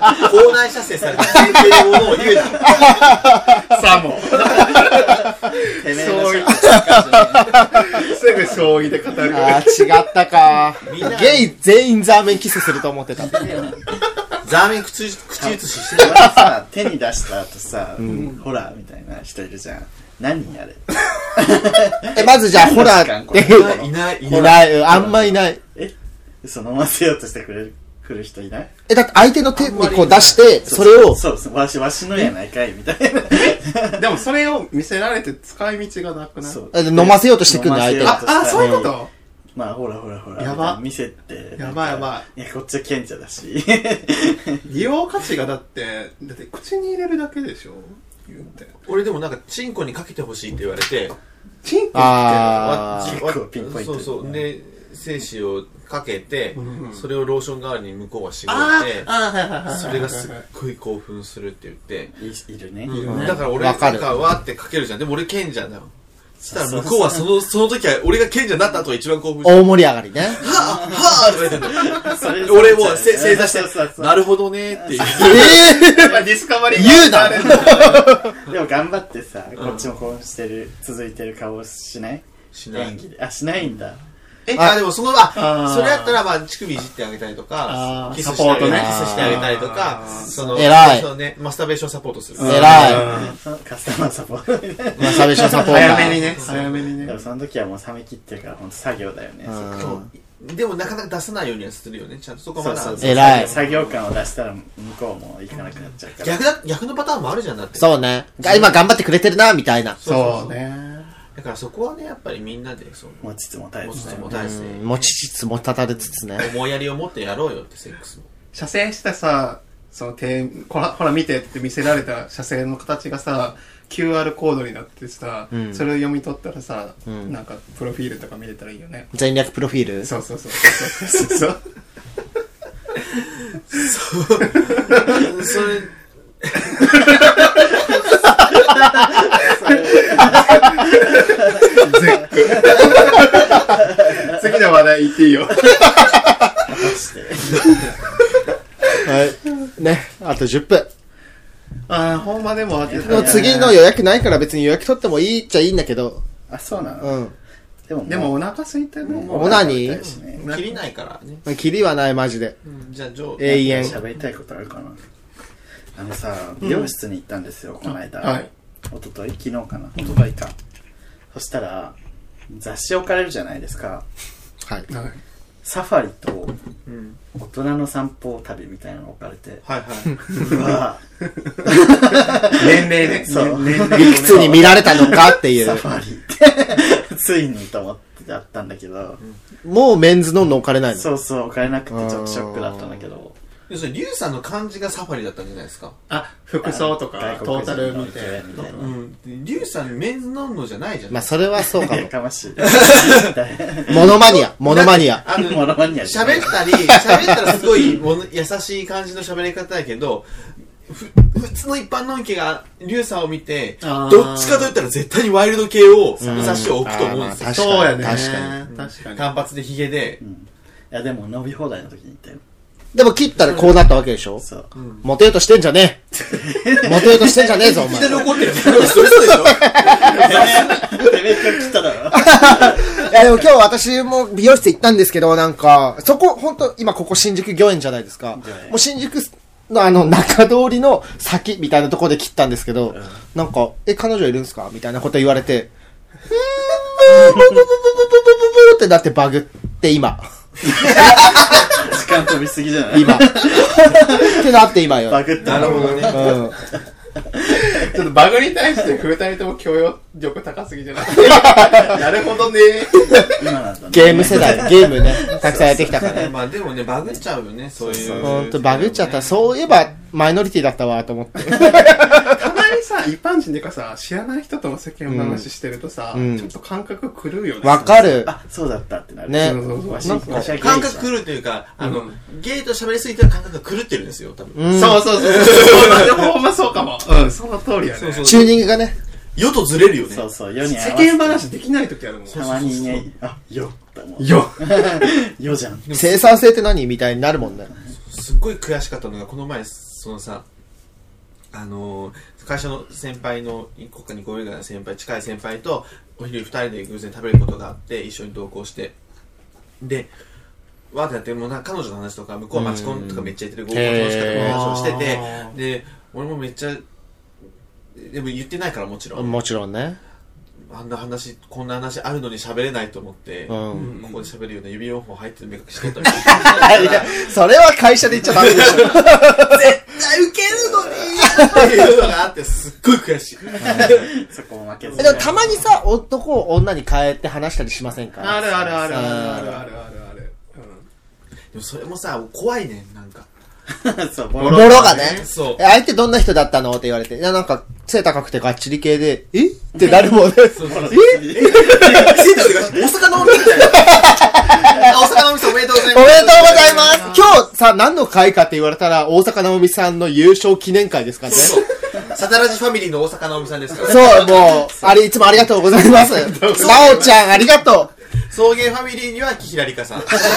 Speaker 1: 校内射精された前提のものを言うな。
Speaker 4: さも。
Speaker 2: てめえ
Speaker 4: そういう
Speaker 2: の
Speaker 4: すぐ将棋で語る。
Speaker 3: あー、違ったか
Speaker 1: みんな。
Speaker 3: ゲイ全員ザーメンキスすると思ってた。
Speaker 1: ザーメン口移ししてる。
Speaker 2: さ、手に出した後さ、ホラーみたいな人いるじゃん。何あれ。
Speaker 3: まずじゃあホラーって
Speaker 1: いない
Speaker 3: いないあんまいない。
Speaker 2: 嘘飲ませようとしてくる人いない？
Speaker 3: だって相手の手にこう出してそれを
Speaker 2: そうわしのやないかいみたいな。
Speaker 4: でもそれを見せられて使い道がなくない？
Speaker 3: 飲ませようとしてくんの相手
Speaker 4: あ、そういうこと？
Speaker 2: まあほら
Speaker 4: やば
Speaker 2: 見せて
Speaker 4: やばい
Speaker 2: いやこっちは賢者だし
Speaker 4: 利用価値がだって口に入れるだけでしょ言うて。
Speaker 1: 俺でもなんかチンコにかけてほしいって言われて、
Speaker 4: チンコ
Speaker 2: 結構ピンポイント
Speaker 1: そうそうで精子をかけて、それをローション代わりに向こうが絞ってそれがすっごい興奮するって言って
Speaker 2: いるね。
Speaker 1: だから俺なんかわーってかけるじゃん。でも俺賢者だよ。そしたら向こうはその時は俺が賢者になった後が一番興奮して
Speaker 3: 大盛り上がりね。
Speaker 1: はぁとか言ってんの。俺も正座してなるほどねっていう。
Speaker 4: ディスカバリー
Speaker 3: 言うな
Speaker 2: でも頑張ってさ、こっちもこうしてる続いてる顔しない？
Speaker 1: しない
Speaker 2: 演技で。しないんだ。
Speaker 1: でもそれやったらまあ乳首いじってあげたりとかキスしてあげたりとか
Speaker 3: 偉い
Speaker 1: そうねマスターベーションサポートする。
Speaker 3: 偉い。
Speaker 2: カスタマーサポート。
Speaker 3: マスターベーションサポーター。
Speaker 4: 早めにね。
Speaker 2: でもその時はもう冷め切ってるから本当作業だよね。
Speaker 1: でもなかなか出さないようにはするよね。ちゃんとそこまで。
Speaker 3: 偉い。
Speaker 2: 作業感を出したら向こうも行かなくなっちゃうから。
Speaker 1: 逆のパターンもあるじゃんだって。
Speaker 3: そうね。今頑張ってくれてるなみたいな。
Speaker 4: そうね。
Speaker 1: だからそこはねやっぱりみんなで
Speaker 2: 持ちつ持たれつね。
Speaker 3: 持ちつつもたたれつつね。
Speaker 1: 思いやりを持ってやろうよってセックスも。
Speaker 4: 射精したさ、そのほら見てって見せられた射精の形がさ、QR コードになってさ、それを読み取ったらさ、なんかプロフィールとか見れたらいいよね。
Speaker 3: 全略プロフィール？
Speaker 4: そう。そう。
Speaker 1: それ
Speaker 4: 次の話題言っていいよ。
Speaker 3: はい。ね、あと10分。
Speaker 4: ほんまでも
Speaker 3: 次の予約ないから別に予約取ってもいいっちゃいいんだけど。
Speaker 2: あ、そうなの？
Speaker 3: うん。
Speaker 4: でもお腹空いてるの
Speaker 3: オナニ
Speaker 1: 切りないからね。
Speaker 3: 切りはないマジで。
Speaker 1: じゃあ
Speaker 3: 永遠。
Speaker 2: 喋りたいことあるかな。さ、美容室に行ったんですよ、この間。はい。昨日かな。一昨日か。そしたら、雑誌置かれるじゃないですか。
Speaker 3: はい。
Speaker 2: サファリと、大人の散歩旅みたいなの置かれて。
Speaker 1: はいはい。
Speaker 2: うわ
Speaker 4: 年齢ね。
Speaker 3: そう。いくつに見られたのかっていう。
Speaker 2: サファリって。ついにと思ってやったんだけど。
Speaker 3: もうメンズノンノ置かれないの？
Speaker 2: そう、置かれなくてちょっとショックだったんだけど。
Speaker 1: 要するにリュウさんの漢字がサファリだったんじゃないですか。
Speaker 4: 服装とかトータル見て。
Speaker 1: リュウさんメンズノンノじゃないじゃん。
Speaker 3: まあそれはそうかも。
Speaker 2: やかましい。
Speaker 3: モノマニア。
Speaker 1: 喋ったらすごい優しい感じの喋り方やけど、普通の一般のんけがリュウさんを見て、どっちかといったら絶対にワイルド系を雑誌を置くと思うんですよ。
Speaker 4: そうやね。
Speaker 1: 確かに。単発でヒゲで。
Speaker 2: いやでも伸び放題の時に言ったよ。
Speaker 3: でも切ったらこうなったわけでしょ？そう。モテようとしてんじゃねえ。モテようとしてんじゃねえぞ、お前。
Speaker 1: いきなり怒ってる。それそうでしょ？
Speaker 2: てめえ今日来ただろ。
Speaker 3: いやでも今日私も美容室行ったんですけど、なんか、そこ、ほんと、今ここ新宿御苑じゃないですか。もう新宿中通りの先みたいなところで切ったんですけど、なんか、彼女いるんすかみたいなこと言われて、ブブブブブブブブってなってバグって今。
Speaker 2: 時間飛びすぎじゃない？
Speaker 3: 今。ってなって今よ。
Speaker 2: バグって
Speaker 1: なるほどね。
Speaker 4: ちょっとバグに対して2人とも許容力高すぎじゃないなるほどね。
Speaker 2: 今なんだね。
Speaker 3: ゲーム世代、ゲームね、たくさんやってきたからね。
Speaker 1: まあでもね、バグっちゃうよね、そういう。
Speaker 3: ほんとバグっちゃった。そういえば、マイノリティだったわ、と思って。
Speaker 4: たまにさ、一般人でかさ、知らない人との世間話してるとさ、ちょっと感覚狂うよね。
Speaker 3: わかる。
Speaker 2: あ、そうだったってなる。
Speaker 3: ね。
Speaker 2: なんか
Speaker 1: 感覚狂うというか、ゲイと喋りすぎてる感覚が狂ってるんですよ、多分。
Speaker 4: そうそうそう。でもほんまそうかも。その通りやね。
Speaker 3: チューニングがね。
Speaker 1: 世とずれるよね。
Speaker 2: そうそう、世に
Speaker 4: 世間話できない時あるもん。
Speaker 2: たまにね、あ、よって思う。
Speaker 4: よ
Speaker 2: よじゃん。
Speaker 3: 生産性って何みたいになるもんね。
Speaker 1: すっごい悔しかったのが、この前、そのさ、会社の先輩の、国家に5名ぐらいの先輩、近い先輩と、お昼2人で偶然食べることがあって、一緒に同行して。で、わーってやって、もう彼女の話とか、向こうはマチコンとかめっちゃ言ってる合コンの楽しかった話をしてて、で、俺もめっちゃ、でも言ってないからもちろん。
Speaker 3: もちろんね。
Speaker 1: あんな話、こんな話あるのに喋れないと思って、ここで喋るような指4本入ってる目隠し取ったみたいな。
Speaker 3: それは会社で言っちゃダメでしょ。
Speaker 1: 絶対ウケるのにっていうのがあって、すっごい悔しい。
Speaker 2: そこも負けず。
Speaker 3: でもたまにさ、男を女に変えて話したりしませんか？
Speaker 4: あるあるあるあるあるあるある。
Speaker 1: でもそれもさ、怖いねん、なんか。
Speaker 2: そう、
Speaker 3: ボロがね。
Speaker 1: そう。
Speaker 3: 相手どんな人だったのって言われて。いや、なんか、背高くてガッチリ系で、ってなるもんね。
Speaker 1: そうそう。大阪のお店みたいな。大阪のお店おめでとうございます。
Speaker 3: おめでとうございます。今日さ、何の会かって言われたら、大阪直美さんの優勝記念会ですからね。
Speaker 1: そう。サタラジファミリーの大阪直美さんですから。
Speaker 3: そう、もう、あれいつもありがとうございます。なおちゃん、ありがとう。
Speaker 1: 送迎ファミリーには木平理香さん。
Speaker 2: めっちゃ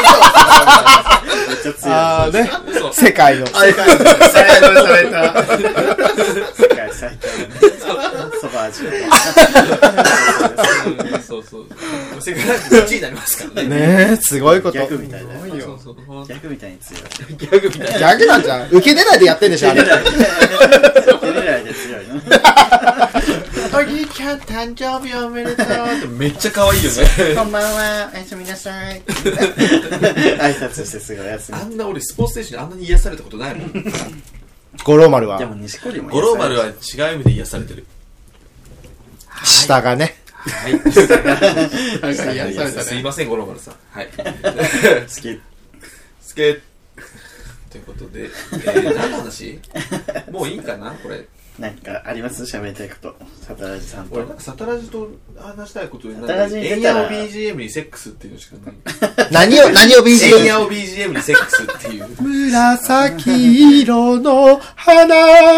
Speaker 2: 強い。
Speaker 3: あーね。
Speaker 1: そう
Speaker 3: 世界の。
Speaker 4: 世界された。
Speaker 2: 世界最強のね。そば味の。
Speaker 1: そうそう。世界ランク1位になりますからね。
Speaker 3: ねえ、すごいこと。
Speaker 2: 逆みたいな。
Speaker 1: そうそう。
Speaker 2: 逆みたいに強い。
Speaker 1: 逆みたいな。
Speaker 3: 逆なんじゃん。受け出ないでやってんでしょ、あれ。
Speaker 2: 出れないで強いの。
Speaker 1: お兄ちゃん誕生日おめでとうってめっちゃ可愛いよね。
Speaker 2: こんばんは、おやすみなさい。挨拶してすぐおやすみ。
Speaker 1: あんな俺スポーツ選手にあんなに癒されたことないもん。
Speaker 3: 五郎丸は
Speaker 2: で。も錦織も
Speaker 1: 五郎丸は違う意味で癒されてる。
Speaker 3: 下がね。
Speaker 1: はい。
Speaker 4: なんか癒されたね。
Speaker 1: すいません、五郎丸さん。はい。
Speaker 2: 好き。
Speaker 1: スケーということで、何の話もういいかなこれ。
Speaker 2: なんかあります喋りたいこと。サタラジさんと
Speaker 1: 俺なん。かサタラジと話したいことで
Speaker 2: サタラジに
Speaker 1: エン
Speaker 2: 出たら
Speaker 1: ヤを BGM にセックスっていうのしかない。
Speaker 3: 何を
Speaker 1: エン
Speaker 3: BGM？
Speaker 1: ヤを BGM にセックスっていう。
Speaker 3: 紫色の花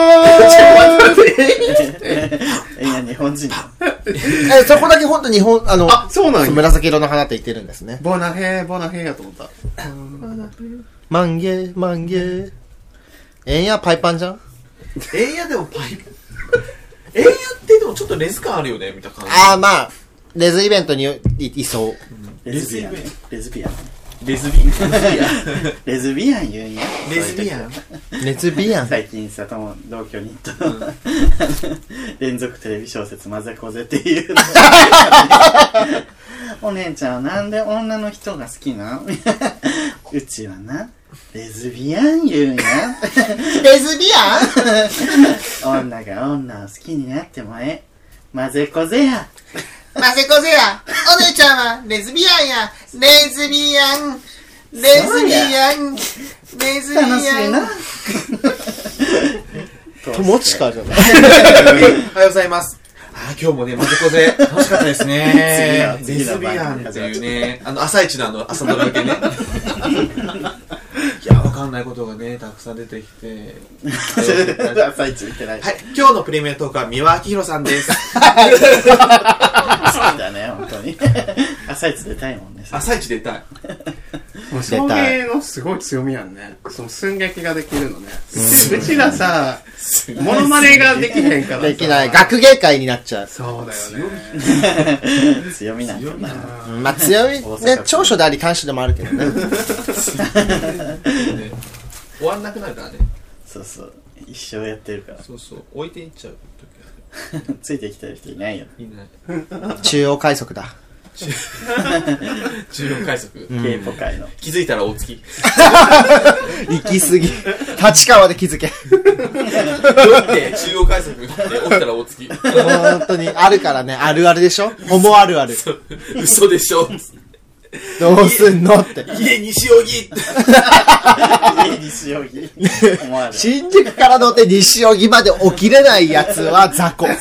Speaker 2: いや、日本人だ。
Speaker 3: そこだけ本当日本、
Speaker 4: あ、そうなんや。
Speaker 3: 紫色の花って言ってるんですね。
Speaker 4: ボナヘーやと思った。
Speaker 3: マンゲマンゲえんやパイパンじゃん。
Speaker 1: エンヤでもパイプ。エンヤってでもちょっとレズ感あるよねみたいな感じ。
Speaker 3: ああ、まあ、レズイベントにいそう。
Speaker 2: レズビアン。レズビアン。
Speaker 1: レズビアン。
Speaker 2: レズビアン言うんや。
Speaker 1: レズビアン。
Speaker 3: レズビアン。
Speaker 2: 最近さ、同居にと、連続テレビ小説まぜこぜっていうのお姉ちゃんはなんで女の人が好きなんうちはな、レズビアン言うんや。
Speaker 3: レズビアン
Speaker 2: 女が女を好きになってもまぜこぜや。
Speaker 3: マセコゼや。お姉ちゃんはレズビアンや。レズビアン。レズビアン。レズビアン。
Speaker 2: 楽しいな。
Speaker 3: 友近じゃない。
Speaker 1: おはようございます。今日もね、まぜこぜ、楽しかったですね。レズビアンっていうね、朝一の朝ドラ受けね。いや、わかんないことがね、たくさん出てきて。
Speaker 2: 朝一見てない。
Speaker 1: はい、今日のプレミアトークは三輪明宏さんです。
Speaker 2: 好きだね、本当に。朝一出たいもんね。
Speaker 1: 朝一出たい。
Speaker 4: もう送迎のすごい強みやんね。その寸劇ができるのね。うちらさ、モノマネができへんからさ。
Speaker 3: できない。学芸会になっちゃう。
Speaker 4: そうだよね。
Speaker 2: 強みなんだな。
Speaker 3: まあ強い、ね、長所であり短所でもあるけどね。
Speaker 1: 終わんなくなるからね。
Speaker 2: そうそう一生やってるから
Speaker 1: そうそう置いていっちゃう
Speaker 2: ついてきてる人いないよ。
Speaker 1: 時いない
Speaker 3: 中央快速だ。
Speaker 1: 中央快速、
Speaker 2: ケイポ界の。
Speaker 1: 気づいたら大月
Speaker 3: 行き過ぎ。立川で気づけ。
Speaker 1: どって中央快速で起きたら大月
Speaker 3: 本当に、あるからね、あるあるでしょホモあるある。
Speaker 1: 嘘でしょ
Speaker 3: どうすんのって。
Speaker 1: 家西荻
Speaker 2: 家西荻。思わない。
Speaker 3: 新宿から乗って西荻まで起きれないやつは雑魚。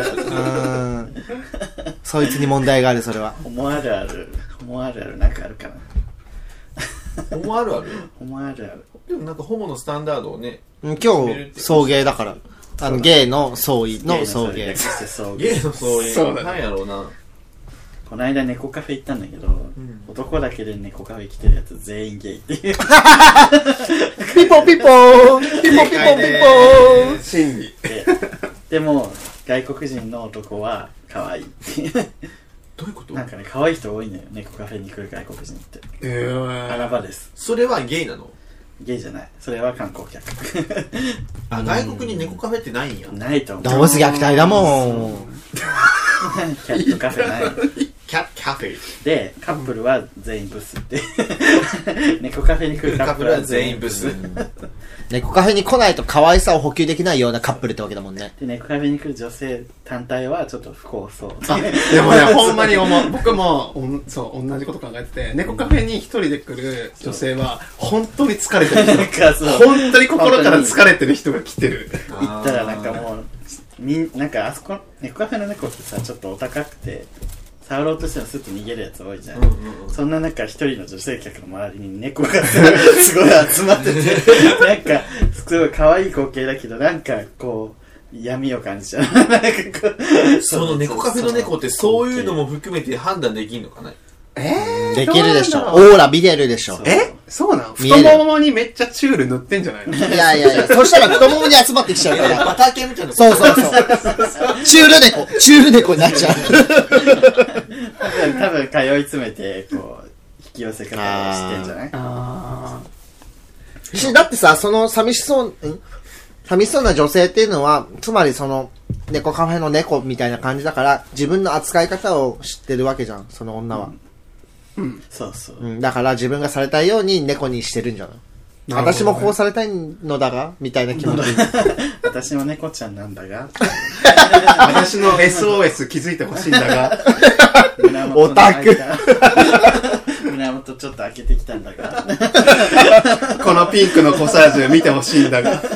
Speaker 3: そいつに問題がある、それは。
Speaker 2: 思わるある。思わるあるなんかあるかな。
Speaker 1: ホモあるある
Speaker 2: 思わるある。
Speaker 1: でもなんかホモのスタンダードをね
Speaker 3: 今日、送迎だから。ゲイの総意の送迎。
Speaker 1: ゲイのそういう
Speaker 4: そうだね
Speaker 1: なんやろうな
Speaker 2: この間猫カフェ行ったんだけど、男だけで猫カフェ来てるやつ全員ゲイっていう。
Speaker 3: ピポピポーンピポピポピポーン
Speaker 4: 真理。
Speaker 2: でも外国人の男は可愛いっていう。
Speaker 1: どういうこと
Speaker 2: なんかね可愛い人多いのよ猫カフェに来る外国人って穴場です。
Speaker 1: それはゲイなの
Speaker 2: ゲイじゃない、それは観光客。
Speaker 1: あ外国に猫カフェってないんや
Speaker 2: ないと思う。
Speaker 3: 動物虐待だもん。
Speaker 2: キャットカフェない
Speaker 1: キャフェ
Speaker 2: でカップルは全員ブスって猫カフェに来るカップルは全員ブス
Speaker 3: 猫カフェに来ないと可愛さを補給できないようなカップルってわけだもんね。
Speaker 2: で猫カフェに来る女性単体はちょっと不幸そう。
Speaker 4: でもね、ほんまに思う。僕もそう同じこと考えてて、猫カフェに一人で来る女性は本当に疲れてる人。
Speaker 2: なんかそう
Speaker 4: 本当に心から疲れてる人が来てる。
Speaker 2: 行ったらなんかもうなんかあそこ猫カフェの猫ってさちょっとお高くて触ろうとしてもスッと逃げるやつ多いじゃん、そんな中一人の女性客の周りに猫がすごい集まっててなんかすごい可愛い光景だけどなんかこう闇を感じちゃう。なんかこう
Speaker 1: その猫カフェの猫ってそういうのも含めて判断できんのかな
Speaker 3: できるでしょ。オーラ見れるでしょ。
Speaker 4: そうなん
Speaker 3: 見える
Speaker 4: 太ももにめっちゃチュール塗ってんじゃないの？
Speaker 3: いやいやいや、そしたら太ももに集まってきちゃうから。
Speaker 1: バター系みたいな
Speaker 3: そうそうそう。チュール猫になっちゃう。
Speaker 2: 多分通い詰めてこう引き寄せ方をしてんじゃない？
Speaker 3: だってさ、その寂しそうな女性っていうのは、つまりその、猫カフェの猫みたいな感じだから、自分の扱い方を知ってるわけじゃん、その女は。
Speaker 2: そうそう、
Speaker 3: だから自分がされたいように猫にしてるんじゃない？私もこうされたいのだがみたいな気持ち。
Speaker 2: 私も猫ちゃんなんだが
Speaker 4: 私の SOS 気づいてほしいんだが
Speaker 3: オタク
Speaker 2: 胸元ちょっと開けてきたんだが
Speaker 4: このピンクのコサージュ見てほしいんだが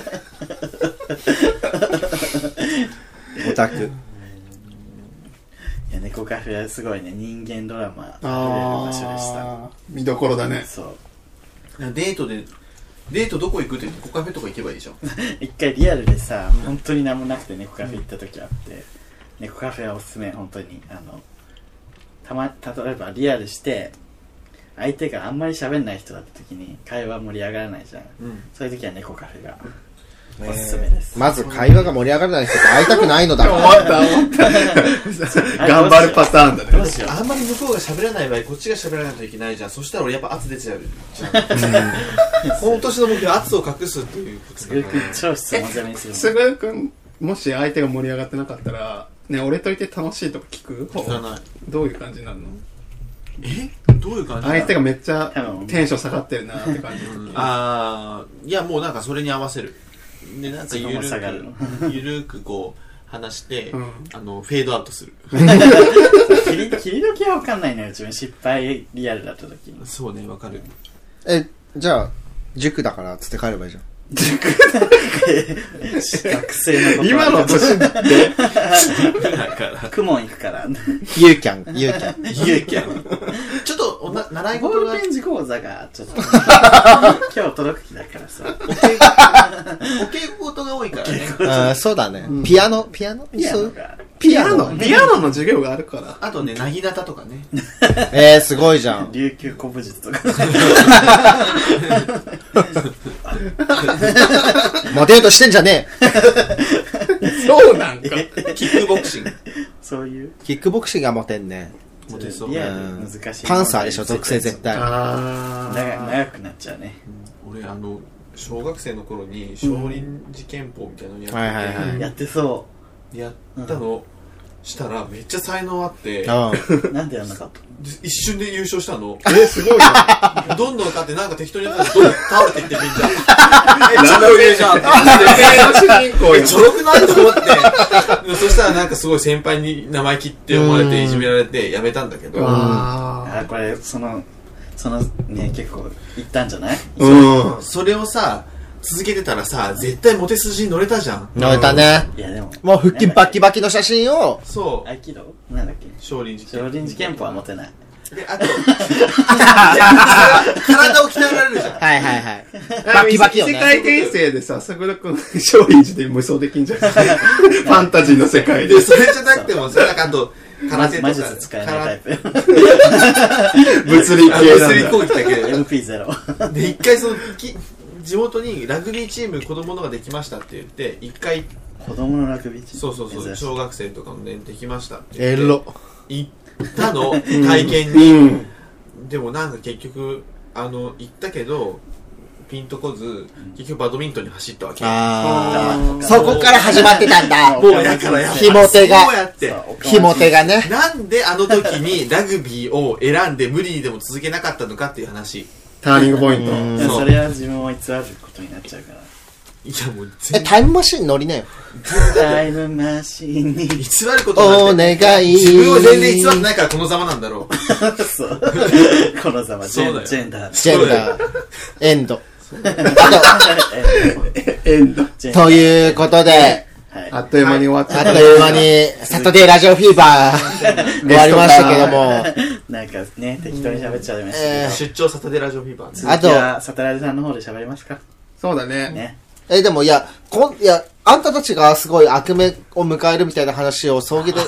Speaker 3: オタク。
Speaker 2: いや猫カフェはすごいね、人間ドラマあふれる場所でした。
Speaker 4: 見どころだね。
Speaker 2: そう
Speaker 1: デートどこ行くって猫カフェとか行けばいいじゃん。
Speaker 2: 一回リアルでさ、本当に何もなくて猫カフェ行った時あって、猫カフェはおすすめ。本当に例えばリアルして相手があんまり喋んない人だった時に会話盛り上がらないじゃん、そういう時は猫カフェがおすすめです。
Speaker 3: まず会話が盛り上がらない人って会いたくないのだ
Speaker 4: 思った頑張るパターンだね。
Speaker 2: どうしよう。
Speaker 1: あんまり向こうが喋らない場合こっちが喋らないといけないじゃん。そしたら俺やっぱ圧出ちゃうじゃん。この年の目標は圧を隠すっていうことだから。
Speaker 2: 超質問攻めにする。
Speaker 4: すぐくんもし相手が盛り上がってなかったらね、俺といて楽しいとか聞く？
Speaker 1: 聞かない。
Speaker 4: どういう感じになるの？
Speaker 1: どういう感じ？
Speaker 4: 相手がめっちゃテンション下がってるなって感じの時。
Speaker 1: いやもうなんかそれに合わせる。でなんかゆるくこう話して、フェードアウトする。
Speaker 2: 切り時は分かんないのよ、自分失敗リアルだった時に。
Speaker 1: そうね、分かる。
Speaker 3: じゃあ塾だからつって帰ればいいじゃん。
Speaker 2: 学生の
Speaker 4: 今の年だって
Speaker 2: クモン行くから
Speaker 3: ユーキャン
Speaker 1: ちょっと習い
Speaker 2: ボー
Speaker 1: 事が
Speaker 2: ルペン字講座がちょっと今日届く気だからさ
Speaker 1: お稽古事が多いからね。
Speaker 3: そうだね。ピアノ
Speaker 4: ピアノの授業があるから。
Speaker 1: あとね、なぎなたとかね。
Speaker 3: すごいじゃん。
Speaker 2: 琉球古武術とか
Speaker 3: モテようとしてんじゃね
Speaker 4: え。そうなんか。
Speaker 1: キックボクシング。
Speaker 2: そういう
Speaker 3: キックボクシングがモテんね。
Speaker 1: モテそう。
Speaker 2: リアル難しい。
Speaker 3: パンサーでしょ、属性絶対。
Speaker 2: 長くなっちゃうね。
Speaker 1: 俺小学生の頃に少林寺拳法みたいなの
Speaker 3: はいはいはい
Speaker 2: やってそ
Speaker 1: やったの、したらめっちゃ才能あって
Speaker 3: う
Speaker 2: う。なんでやんなかった
Speaker 1: 一瞬で優勝したの。
Speaker 4: すごいな。
Speaker 1: どんどん勝ってなんか適当にやったらどんどん倒れていってみんな超上じゃんって
Speaker 4: 主人公や
Speaker 1: ちょろくないと思ってそしたらなんかすごい先輩に生意気って思われていじめられてやめたんだけど、
Speaker 2: あ、これ、そのね、結構、いったんじゃない？
Speaker 1: それをさ続けてたらさ絶対モテ筋に乗れたじゃん。
Speaker 3: 乗れたね。
Speaker 2: いや、でも。
Speaker 3: もう腹筋バッキバキの写真を、
Speaker 1: そう
Speaker 2: 合気道なんだっけ？
Speaker 1: 少林寺
Speaker 2: 少林寺拳法は持てない。
Speaker 1: であと体を鍛えられるじゃん。
Speaker 3: はいはいはい。バッキバキよね。
Speaker 4: 世界転生でさ、さくらくん、少林寺で無双できんじゃん。ファンタジーの世界で。
Speaker 1: でそれじゃなくてもさなんかあと空手とか
Speaker 2: 魔術使えないタイプ。
Speaker 4: 物理系なんだ。
Speaker 1: 物理攻撃だけで
Speaker 2: MP0。
Speaker 1: で一回その地元にラグビーチーム子供のができましたって言って一回
Speaker 2: 子供のラグビーチーム。
Speaker 1: そう小学生とかのねできましたって
Speaker 3: エ
Speaker 1: 言って
Speaker 3: ロ。
Speaker 1: 行ったの体験に、でもなんか結局行ったけどピンとこず結局バドミントンに走ったわけ。
Speaker 3: そこから始まってたんだ。
Speaker 1: もうやからやっぱ
Speaker 3: ひも手が
Speaker 1: そうやって
Speaker 3: ひも手がね。
Speaker 1: なんであの時にラグビーを選んで無理にでも続けなかったのかっていう話。
Speaker 4: ターニングポイント。
Speaker 1: そう
Speaker 2: それは自分を偽ることになっちゃうから。
Speaker 1: いやもう全
Speaker 3: タイムマシン乗りなよ。
Speaker 2: タイムマシンに。
Speaker 1: 偽ることなんて
Speaker 3: お願い。
Speaker 1: 自分を全然偽ってないからこのざまなんだろう。
Speaker 2: そう。このざま、ジェンダー。
Speaker 3: ジェンダー、エンド。
Speaker 4: エンド。
Speaker 3: ということで、
Speaker 4: あっという間に終わっちゃった。
Speaker 3: あっという間にサタデーラジオフィーバー終わりましたけども、
Speaker 2: なんかね、適当に喋っちゃいましたけど。
Speaker 1: 出張サタデーラジオフィーバー。
Speaker 2: 続きはサタラジさんの方で喋りますか？
Speaker 4: そうだね。
Speaker 2: ね。
Speaker 3: でもいや、あんたたちがすごい悪夢を迎えるみたいな話を葬儀で、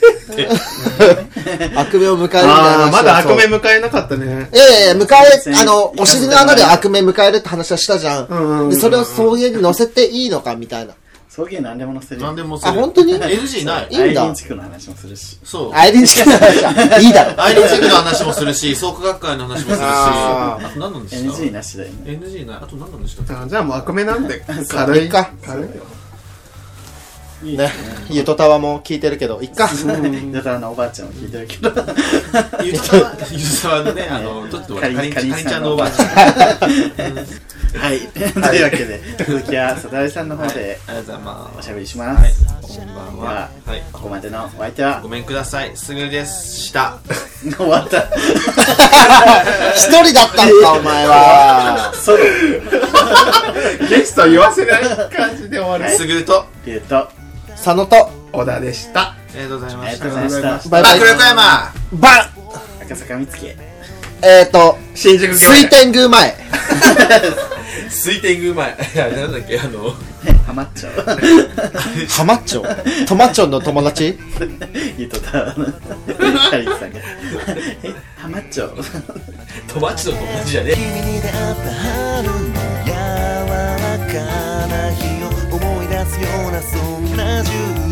Speaker 3: 悪夢を迎えるみたいな話を。
Speaker 4: まだ悪夢迎えなかったね。
Speaker 3: いや、お尻の穴で悪夢迎えるって話はしたじゃん。で、それを葬儀に載せていいのかみたいな。
Speaker 2: 葬儀何でも載せる。
Speaker 1: 何でもする。
Speaker 3: あ、本当に
Speaker 1: NG ない。
Speaker 3: いいんだ。
Speaker 2: アイリン地区の話もするし。
Speaker 1: そう。
Speaker 3: アイリン地区の話はいいだろ。
Speaker 1: アイリン地区の話もするし、創価学会の話もするし、あと何なんでした
Speaker 2: NG なしだよね。
Speaker 1: NG ない。あと何なんでした
Speaker 4: じゃあもう悪夢なんで、軽い。
Speaker 3: か。
Speaker 4: 軽いよ。
Speaker 3: ね。ゆとたわも聞いてるけど、いっか。
Speaker 2: だからおばあちゃんも聞いてるけど。
Speaker 1: ゆとたわのね、ちょっとかりんちゃんのおばあちゃん。
Speaker 2: はい。というわけで、続きはサタラジさんの方で
Speaker 1: ありがとうございます。
Speaker 2: おしゃべりします。
Speaker 1: こんばん
Speaker 2: で
Speaker 1: は
Speaker 2: は。、
Speaker 1: はい。
Speaker 2: ここまでのお相手は
Speaker 1: ご、めんください。すぐでした。
Speaker 2: 終わった。
Speaker 3: 一人だったんか、お前は。
Speaker 2: ソロ。
Speaker 4: ゲスト言わせない感じで終わる。
Speaker 1: すぐと、
Speaker 2: ゆうと、
Speaker 3: 佐野と、
Speaker 4: 小田でした。
Speaker 1: ありがとうございました。
Speaker 2: ありがとうございました。
Speaker 3: バイバイ。
Speaker 1: 黒山
Speaker 3: バ
Speaker 2: 赤坂見つけ。
Speaker 3: ン
Speaker 4: 新宿御苑
Speaker 3: 水天宮前。
Speaker 1: 水天宮前。いや、なんだっけ、
Speaker 2: ハマっちゃう。
Speaker 3: ハマッチョトマッチョンの友達
Speaker 2: ゆうとたわのカリスさんが。ハマっちゃう。
Speaker 1: 友達の友達じゃねえ。
Speaker 5: 君に出会った春の柔らかな日を思い出すようなそんな10